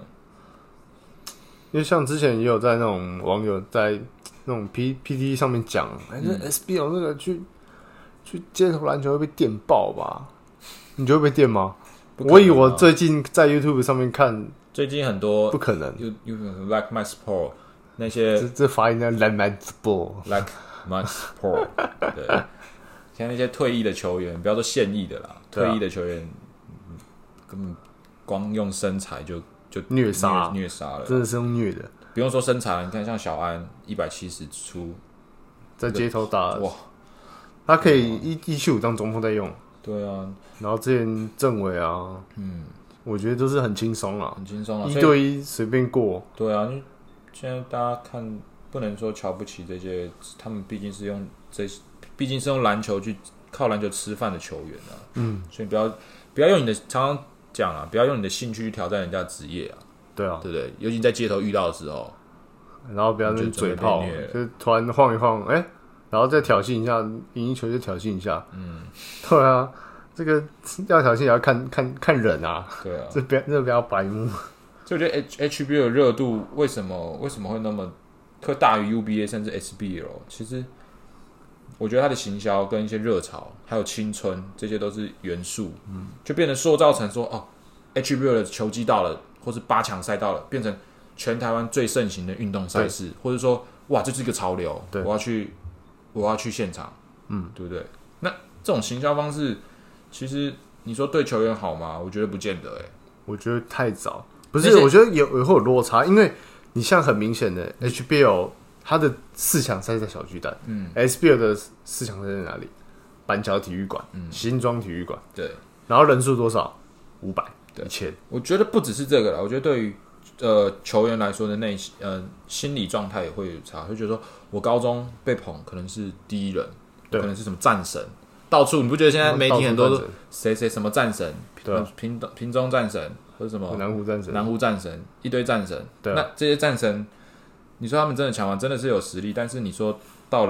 因为像之前也有在那种网友在那种 PT 上面讲，那 SBL 那个去街头篮球会被电爆吧？你觉得会被电吗？我以我最近在 YouTube 上面看， 最近很多不可能 ，Like My Sport 那些这发音叫 Like My Sport，Like My Sport， 对，像那些退役的球员，不要说现役的啦，退役的球员根本光用身材就虐杀了， 真的是用虐的。 不用说身材，你看像小安170出， 在街头打， 哇， 他可以175当中锋在用。 对啊， 然后之前政委啊，我觉得都是很轻松啊， 很轻松啊， 1对1随便过。 对啊，现在大家看不能说瞧不起这些，他们毕竟是用篮球去靠篮球吃饭的球员啊，所以不要用你的常常讲啊，不要用你的兴趣去挑战人家的职业啊， 对啊， 对不对？尤其在街头遇到的时候， 然后不要那嘴炮，就是突然晃一晃，然后再挑衅一下，赢一球就挑衅一下，对啊，这个要挑衅也要看人啊， 对啊， 这不要白目。 所以我觉得 HBL 的热度为什么会那么会大于 UBA 甚至 SBL？ 其实我觉得它的行销跟一些热潮，还有青春，这些都是元素，就变成塑造成说HBL 的球季到了，或是8强赛到了，变成全台湾最盛行的运动赛事，或者说哇，这是一个潮流，我要去现场，对不对？那这种行销方式，其实你说对球员好吗？我觉得不见得， 我觉得太早，不是，我觉得会有落差，因为你像很明显的 HBL， 它的4强赛在小巨蛋，SBL 的4强赛在哪里？板桥体育馆，新庄体育馆， 对， 然后人数多少？500， 对 ，1000。 我觉得不只是这个啦，我觉得对于球员来说的心理状态也会有差，会觉得说我高中被捧可能是第一人，可能是什么战神，到处你不觉得现在媒体很多都谁什么战神，屏中战神或者什么南湖战神，一堆战神，那这些战神，你说他们真的强吗？真的是有实力，但是你说到了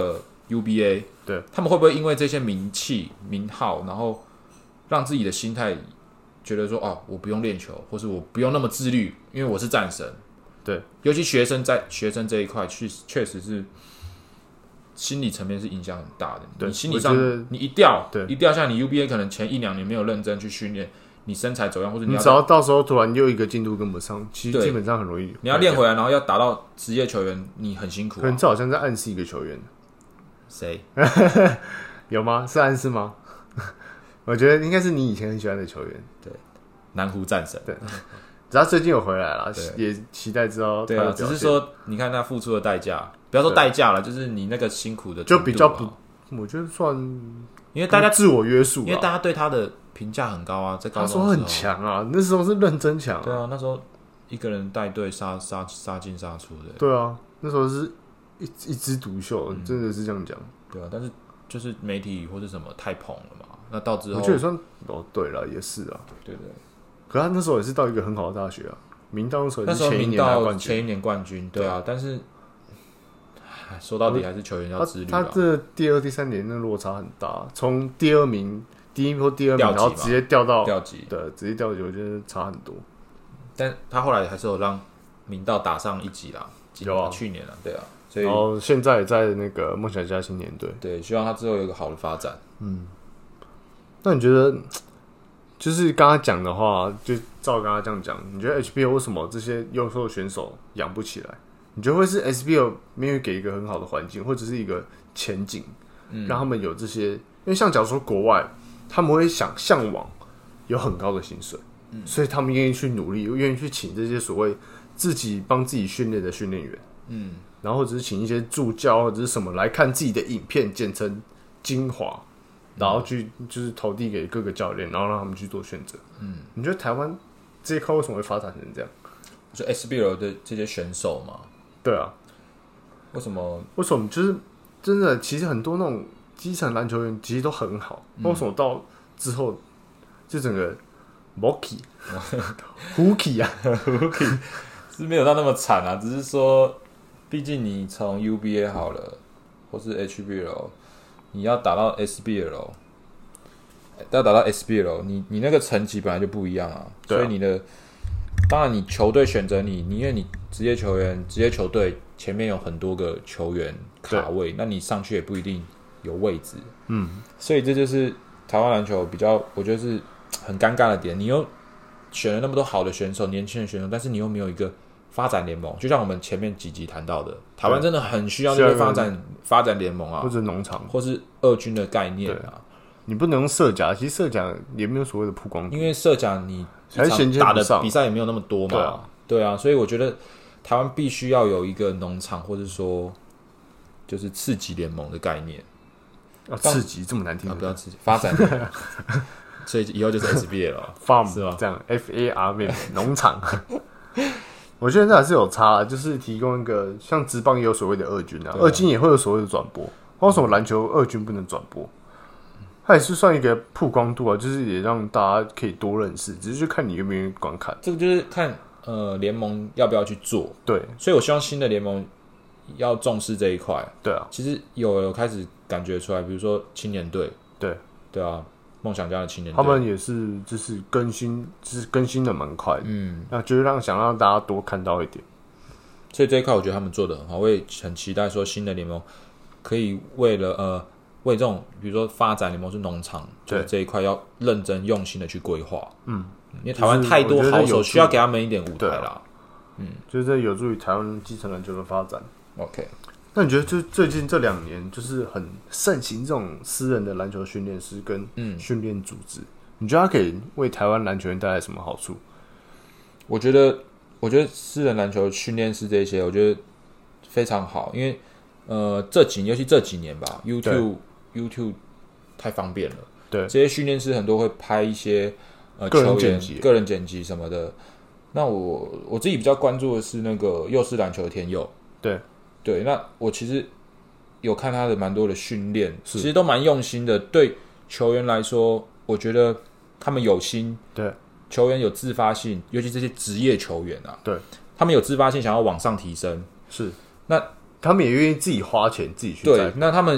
UBA， 对， 他们会不会因为这些名气、名号，然后让自己的心态觉得说，哦，我不用练球，或是我不用那么自律，因为我是战神。 对， 尤其学生这一块，确实是心理层面是影响很大的。 对， 你心理上你一掉，像你 UBA 可能前1-2年没有认真去训练，你身材走样，或者你只要到时候突然又一个进度跟不上，其实基本上很容易。 你要练回来，然后要达到职业球员，你很辛苦、啊。 可能这好像在暗示一个球员， 谁？ 有吗？是暗示吗？我觉得应该是你以前很喜欢的球员， 对，南湖战神， 对。只要最近有回来了，也期待知道他的表现。 对啊，只是说你看他付出的代价，不要说代价了，就是你那个辛苦的就比较不，我觉得算， 因为大家自我约束， 因为大家对他的评价很高啊，在高中的时候他说很强啊，那时候是认真强、啊。 对啊，那时候一个人带队杀进杀出的。 对啊，那时候是一枝独秀，真的是这样讲。 对啊，但是就是媒体或是什么太捧了嘛，那到之后我觉得也算哦，对了，也是啊， 对对。 可他那时候也是到一个很好的大学啊，明道那时候也是前一年冠军，对啊，但是说到底还是球员要自律。 他这第2、第3年那落差很大，从第2名、第1或第2名，然后直接掉级，对，直接掉级，我觉得差很多。 但他后来还是有让明道打上1级啦， 有啊， 去年啊，对啊，所以然后现在也在那个梦想家青年队， 对，希望他之后有一个好的发展。 那你觉得？就是刚刚讲的话，就照刚刚这样讲，你觉得 HBL 为什么这些优秀的选手养不起来？你觉得会是 SBL 没有给一个很好的环境，或者是一个前景，让他们有这些？因为像假如说国外，他们会向往有很高的薪水，所以他们愿意去努力，愿意去请这些所谓自己帮自己训练的训练员，然后或者是請一些助教或者是什么来看自己的影片，剪成精华。然后就是投递给各个教练，然后让他们去做选择。你觉得台湾这一块为什么会发展成这样？ 就 SBL 的这些选手嘛， 对啊， 为什么就是真的？其实很多那种基层篮球员其实都很好，为什么到之后就整个 Moki Hooky 啊 ，Hooky 是没有到那么惨啊，只是说，毕竟你从 UBA 好了，或是 HBL。你要打到 SBL， 你那个层级本来就不一样啊，所以当然你球队选择你，因为你职业球员、职业球队前面有很多个球员卡位，那你上去也不一定有位置，所以这就是台湾篮球比较，我觉得是很尴尬的点。你又选了那么多好的选手、年轻的选手，但是你又没有一个发展联盟，就像我们前面几集谈到的，台湾真的很需要这些发展联盟啊， 或者农场， 或是二军的概念啊。 你不能用射甲，其实射甲也没有所谓的曝光度， 因为射甲你打的比赛也没有那么多嘛。对啊，所以我觉得台湾必须要有一个农场，或者说就是次级联盟的概念。 次级这么难听， 不要次级，发展联盟。所以以后就是 SBL 了 ，farm 是吧？ 这样 FAR 农场。我觉得这还是有差，就是提供一个像职棒也有所谓的二军啊，二军也会有所谓的转播。为什么篮球二军不能转播？它也是算一个曝光度啊，就是也让大家可以多认识，只是就看你愿不愿意观看。 这个就是看联盟要不要去做。 对， 所以我希望新的联盟要重视这一块。 对啊， 其实有开始感觉出来，比如说青年队，对啊。梦想家的青年队， 他们也是就是更新的蛮快的，那就是想让大家多看到一点。 所以这一块我觉得他们做的很好，我也很期待说新的联盟可以为这种比如说发展联盟是农场，就是这一块要认真用心的去规划。因为台湾太多好手，需要给他们一点舞台啦。 就是这有助于台湾基层篮球的发展。 OK。 那你觉得就最近这2年，就是很盛行这种私人的篮球训练师跟训练组织，你觉得它可以为台湾篮球员带来什么好处？ 我觉得私人篮球训练师这些，我觉得非常好，因为尤其这几年吧 ，YouTube 太方便了。对，这些训练师很多会拍一些球员个人剪辑什么的。那我自己比较关注的是那个幼师篮球的天佑。对，那我其实有看他的蛮多的训练，其实都蛮用心的。对球员来说，我觉得他们有心，对球员有自发性，尤其这些职业球员啊，对他们有自发性想要往上提升，是那他们也愿意自己花钱自己去。对，那他们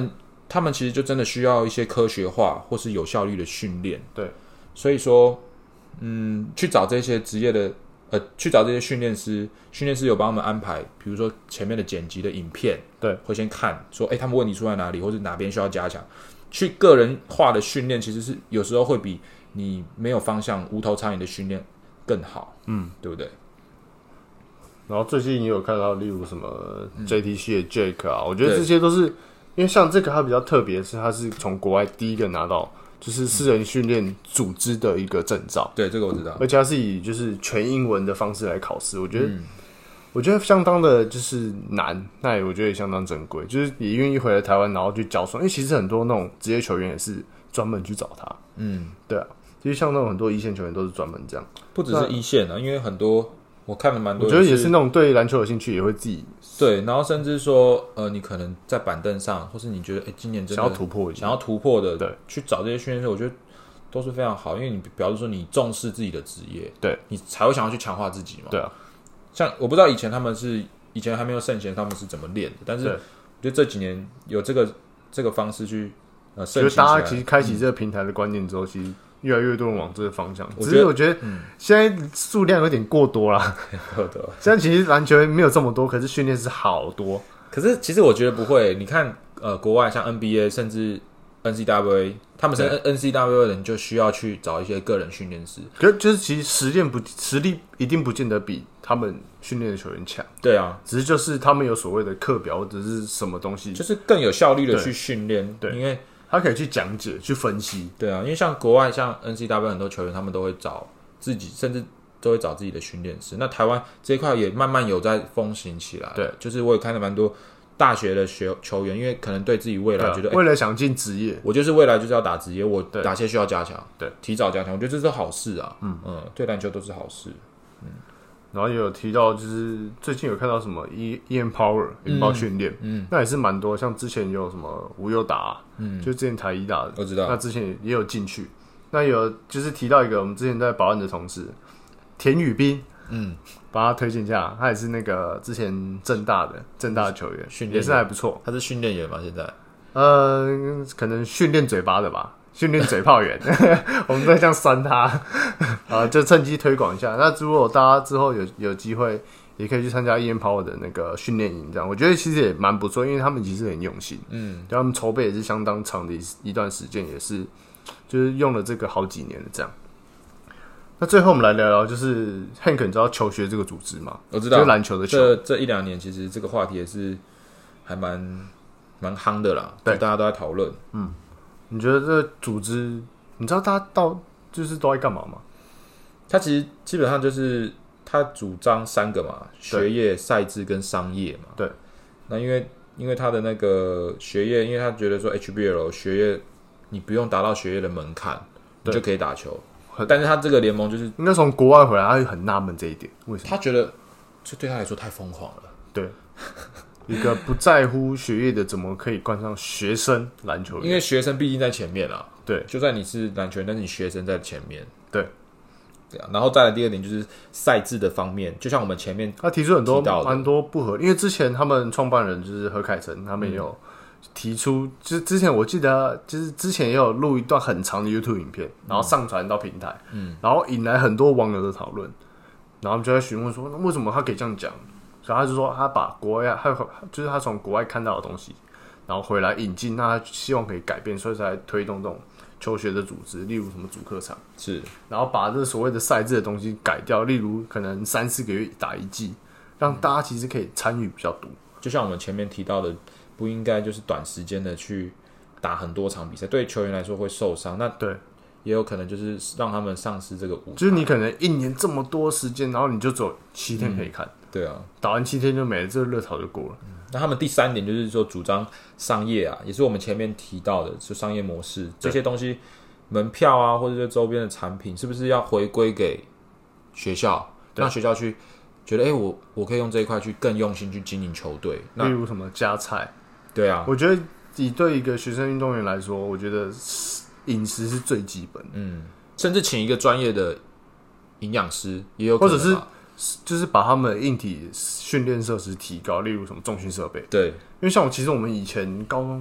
他们其实就真的需要一些科学化或是有效率的训练。 对， 所以说，去找这些职业的，去找这些训练师有帮他们安排，比如说前面的剪辑的影片， 对， 会先看说，他们问题出在哪里，或者哪边需要加强。去个人化的训练，其实是有时候会比你没有方向、无头苍蝇的训练更好，对不对？ 然后最近也有看到，例如什么 JTC 的 Jake 啊，我觉得这些都是因为像这个它比较特别，是它是从国外第一个拿到就是私人训练组织的一个证照。 对，这个我知道， 而且它是以就是全英文的方式来考试，我觉得相当的就是难，那我觉得也相当珍贵，就是也愿意回来台湾，然后去教授。因为其实很多那种职业球员也是专门去找他，对啊，其实像那种很多一线球员都是专门这样， 不只是一线啊，因为很多我看了蛮多， 我觉得也是那种对篮球有兴趣也会自己对，然后甚至说你可能在板凳上，或是你觉得今年真的想要突破一下， 想要突破的， 对， 去找这些训练师，我觉得都是非常好，因为你表示说你重视自己的职业， 对， 你才会想要去强化自己嘛， 对啊。 像我不知道以前还没有圣贤他们是怎么练的，但是我觉得这几年有这个方式去盛行起来， 大家其实开启这个平台的观念之后，其实越来越多人往这个方向。只是我觉得现在数量有点过多啦。现在其实篮球没有这么多，可是训练是好多。 可是其实我觉得不会，你看国外像 NBA 甚至 NCAA， 他们是 NCAA 的人就需要去找一些个人训练师。 可是就是其实实力一定不见得比他们训练的球员强。 对啊， 只是就是他们有所谓的课表或者是什么东西， 就是更有效率的去训练。对，因为他可以去讲解、去分析。 对啊，因为像国外像 NCAA 很多球员，他们都会找自己，甚至都会找自己的训练师。那台湾这一块也慢慢有在风行起来。对，就是我也看到蛮多大学的球员，因为可能对自己未来觉得， 为了想进职业， 我就是未来就是要打职业，我哪些需要加强，对，提早加强，我觉得这是好事啊。对篮球都是好事。 然后也有提到，就是最近有看到什么 EM Power 引爆训练，那也是蛮多。像之前也有什么吴友达，就之前台一打的， 我知道。 那之前也有进去。那有就是提到一个我们之前在保安的同事田宇斌，把他推荐一下，他也是那个之前政大的球员，也是还不错。 他是训练员吗？现在？ 可能训练嘴巴的吧。训练嘴炮员，我们都这样酸他就趁机推广一下。那如果大家之后有机会，也可以去参加 EM Power 的那个训练营，这样我觉得其实也蛮不错，因为他们其实很用心，他们筹备也是相当长的一段时间，也是就是用了这个好几年的这样。那最后我们来聊聊，就是 Hank， 你知道球学这个组织吗？ 我知道， 就是篮球的球。 这一两年其实这个话题也是还蛮夯的啦，对，大家都在讨论， 你觉得这个组织，你知道他就是都在干嘛吗？ 他其实基本上就是他主张3个嘛，学业、赛制跟商业嘛。对。那因为他的那个学业，因为他觉得说 HBL 学业你不用达到学业的门槛，你就可以打球。但是他这个联盟就是应该从国外回来，他很纳闷这一点，为什么？ 他觉得这对他来说太疯狂了。 对。一个不在乎学业的，怎么可以冠上学生篮球员？ 因为学生毕竟在前面啦。 对， 就算你是篮球员，但是你学生在前面。 对， 对啊。然后再来第二点就是赛制的方面，就像我们前面他提出很多蛮多不合理，因为之前他们创办人就是何凯成，他们也有提出，就是之前我记得就是之前也有录一段很长的 YouTube 影片，然后上传到平台，然后引来很多网友的讨论，然后他们就在询问说，那为什么他可以这样讲？所以他就说，他把国外，就是他从国外看到的东西，然后回来引进，那他希望可以改变，所以才推动这种求学的组织，例如什么主客场， 是， 然后把这所谓的赛制的东西改掉，例如可能3-4个月打一季，让大家其实可以参与比较多。 就像我们前面提到的，不应该就是短时间的去打很多场比赛，对球员来说会受伤。那对。也有可能就是让他们丧失这个舞台， 就是你可能一年这么多时间，然后你就只有7天可以看， 对啊， 打完7天就没了，这个热潮就过了。 那他们第3点就是说主张商业啊，也是我们前面提到的，就商业模式这些东西，门票啊，或者是周边的产品，是不是要回归给学校，让学校去觉得，我可以用这一块去更用心去经营球队。 例如什么加菜， 对啊， 我觉得以对一个学生运动员来说，我觉得饮食是最基本的， 甚至请一个专业的营养师也有可能，或者是就是把他们的硬体训练设施提高，例如什么重训设备。 对， 因为像其实我们以前高中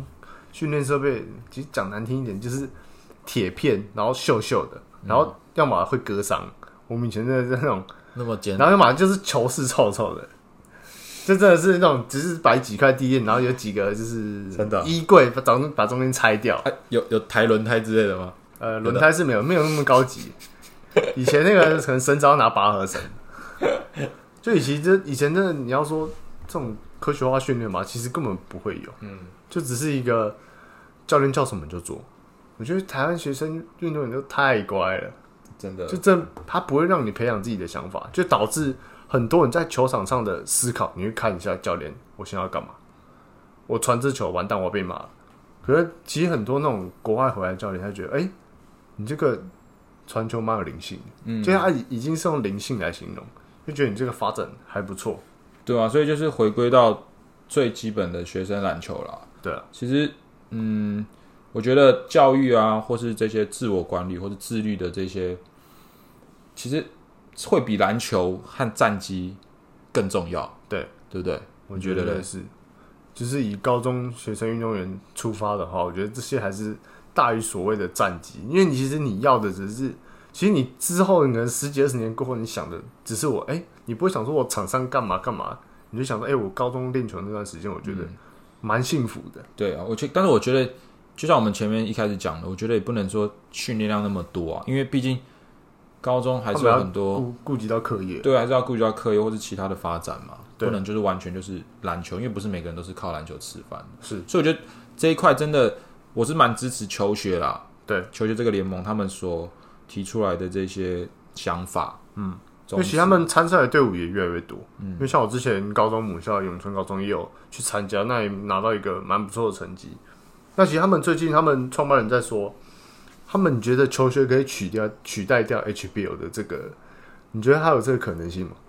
训练设备，其实讲难听一点，就是铁片，然后锈锈的，然后要么会割伤。我们以前真的是那种那么尖， 然后要么就是球是臭臭的，就真的是那种只是摆几块地垫，然后有几个就是真的衣柜把中间拆掉。 有抬轮胎之类的吗？ 轮胎是没有那么高级。以前那个可能绳子要拿拔河绳，就以前真的你要说这种科学化训练嘛，其实根本不会有，就只是一个教练叫什么就做。我觉得台湾学生运动员都太乖了， 真的， 就他不会让你培养自己的想法，就导致很多人在球场上的思考，你去看一下教练，我现在要干嘛？我传这球完蛋，我要被骂了。可是其实很多那种国外回来的教练，他觉得，你这个传球蛮有灵性的，就他已经是用灵性来形容，就觉得你这个发展还不错。 对啊，所以就是回归到最基本的学生篮球啦。 对啊， 其实我觉得教育啊，或是这些自我管理或是自律的这些，其实会比篮球和战绩更重要。对不对？ 我觉得是，就是以高中学生运动员出发的话，我觉得这些还是大于所谓的战绩，因为其实你要的只是，其实你之后可能10几20年过后，你想的只是你不会想说我场上干嘛干嘛，你就想说，我高中练球那段时间，我觉得蛮幸福的。 对啊，但是我觉得，就像我们前面一开始讲的，我觉得也不能说训练量那么多啊，因为毕竟高中还是有很多顾及到课业， 对，还是要顾及到课业或是其他的发展嘛，不能就是完全就是篮球，因为不是每个人都是靠篮球吃饭的。 是， 所以我觉得这一块真的我是蛮支持球学啦， 对， 球学这个联盟他们所提出来的这些想法， 因为其实他们参赛的队伍也越来越多，因为像我之前高中母校永春高中也有去参加，那也拿到一个蛮不错的成绩。那其实最近他们创办人在说，他们觉得球学可以取代掉 HBL 的这个，你觉得它有这个可能性吗？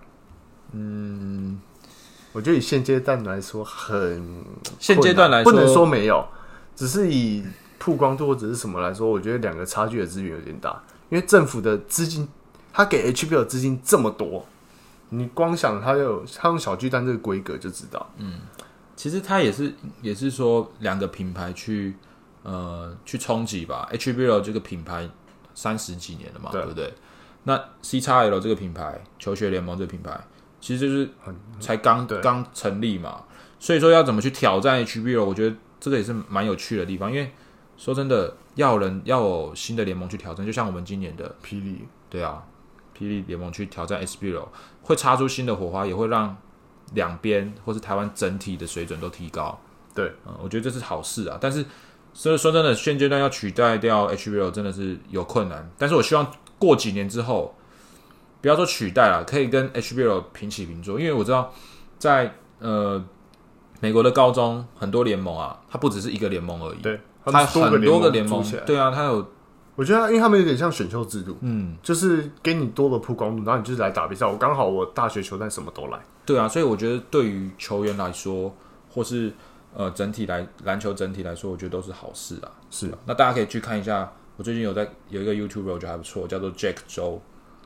我觉得以现阶段来说现阶段来说不能说没有，只是以曝光度或者是什么来说，我觉得两个差距的资源有点大，因为政府的资金。他给 HBL 资金这么多，你光想他用小巨蛋这个规格就知道。 其实他也是说两个品牌去冲击吧。HBL 这个品牌30几年了嘛，对不对？那 CXL 这个品牌，球学联盟这个品牌，其实就是才刚成立嘛，所以说要怎么去挑战 HBL， 我觉得这个也是蛮有趣的地方。因为说真的，要有新的联盟去挑战，就像我们今年的霹雳， 对啊。霹雳联盟去挑战 SBL， 会擦出新的火花，也会让两边或是台湾整体的水准都提高。 对， 我觉得这是好事啊。但是说真的，现阶段要取代掉 HBL 真的是有困难。但是我希望过几年之后，不要说取代啦，可以跟 HBL 平起平坐。因为我知道在美国的高中很多联盟啊，它不只是一个联盟而已， 对， 它很多个联盟，对啊，它有。 我觉得因为他们有点像选秀制度，就是给你多的曝光度，然后你就是来打比赛。刚好我大学球探什么都来，对啊，所以我觉得对于球员来说，或是整体篮球整体来说，我觉得都是好事啊。 是， 那大家可以去看一下，我最近有一个 YouTuber， 我觉得还不错，叫做 Jack 周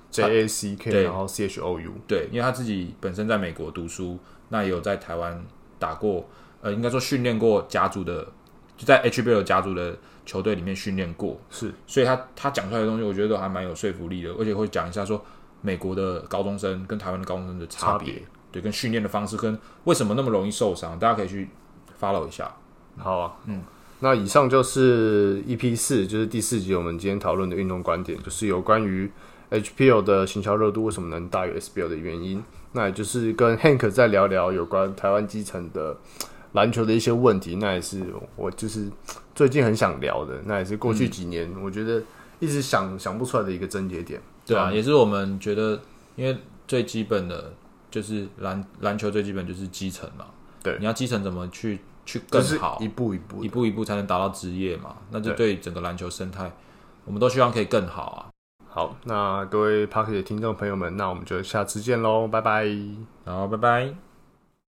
JACK， 然后 CHOU， 对，因为他自己本身在美国读书，那也有在台湾打过，应该说训练过甲组的，就在 HBL 甲组的球队里面训练过， 是， 所以他讲出来的东西，我觉得都还蛮有说服力的，而且会讲一下说美国的高中生跟台湾的高中生的差别，对，跟训练的方式，跟为什么那么容易受伤，大家可以去 follow 一下。 好啊，那以上就是 EP4，就是第4集我们今天讨论的运动观点，就是有关于 HBL 的行销热度为什么能大于 SBL 的原因。那也就是跟 Hank 再聊聊有关台湾基层的篮球的一些问题，那也是我就是最近很想聊的，那也是过去几年我觉得一直想不出来的一个症结点。 对啊，也是我们觉得，因为最基本的就是篮球最基本就是基层嘛，对，你要基层怎么去更好， 就是一步一步才能达到职业嘛，那就对整个篮球生态，我们都希望可以更好啊。 好，那各位 Podcast 的听众朋友们，那我们就下次见喽，拜拜。 好，拜拜。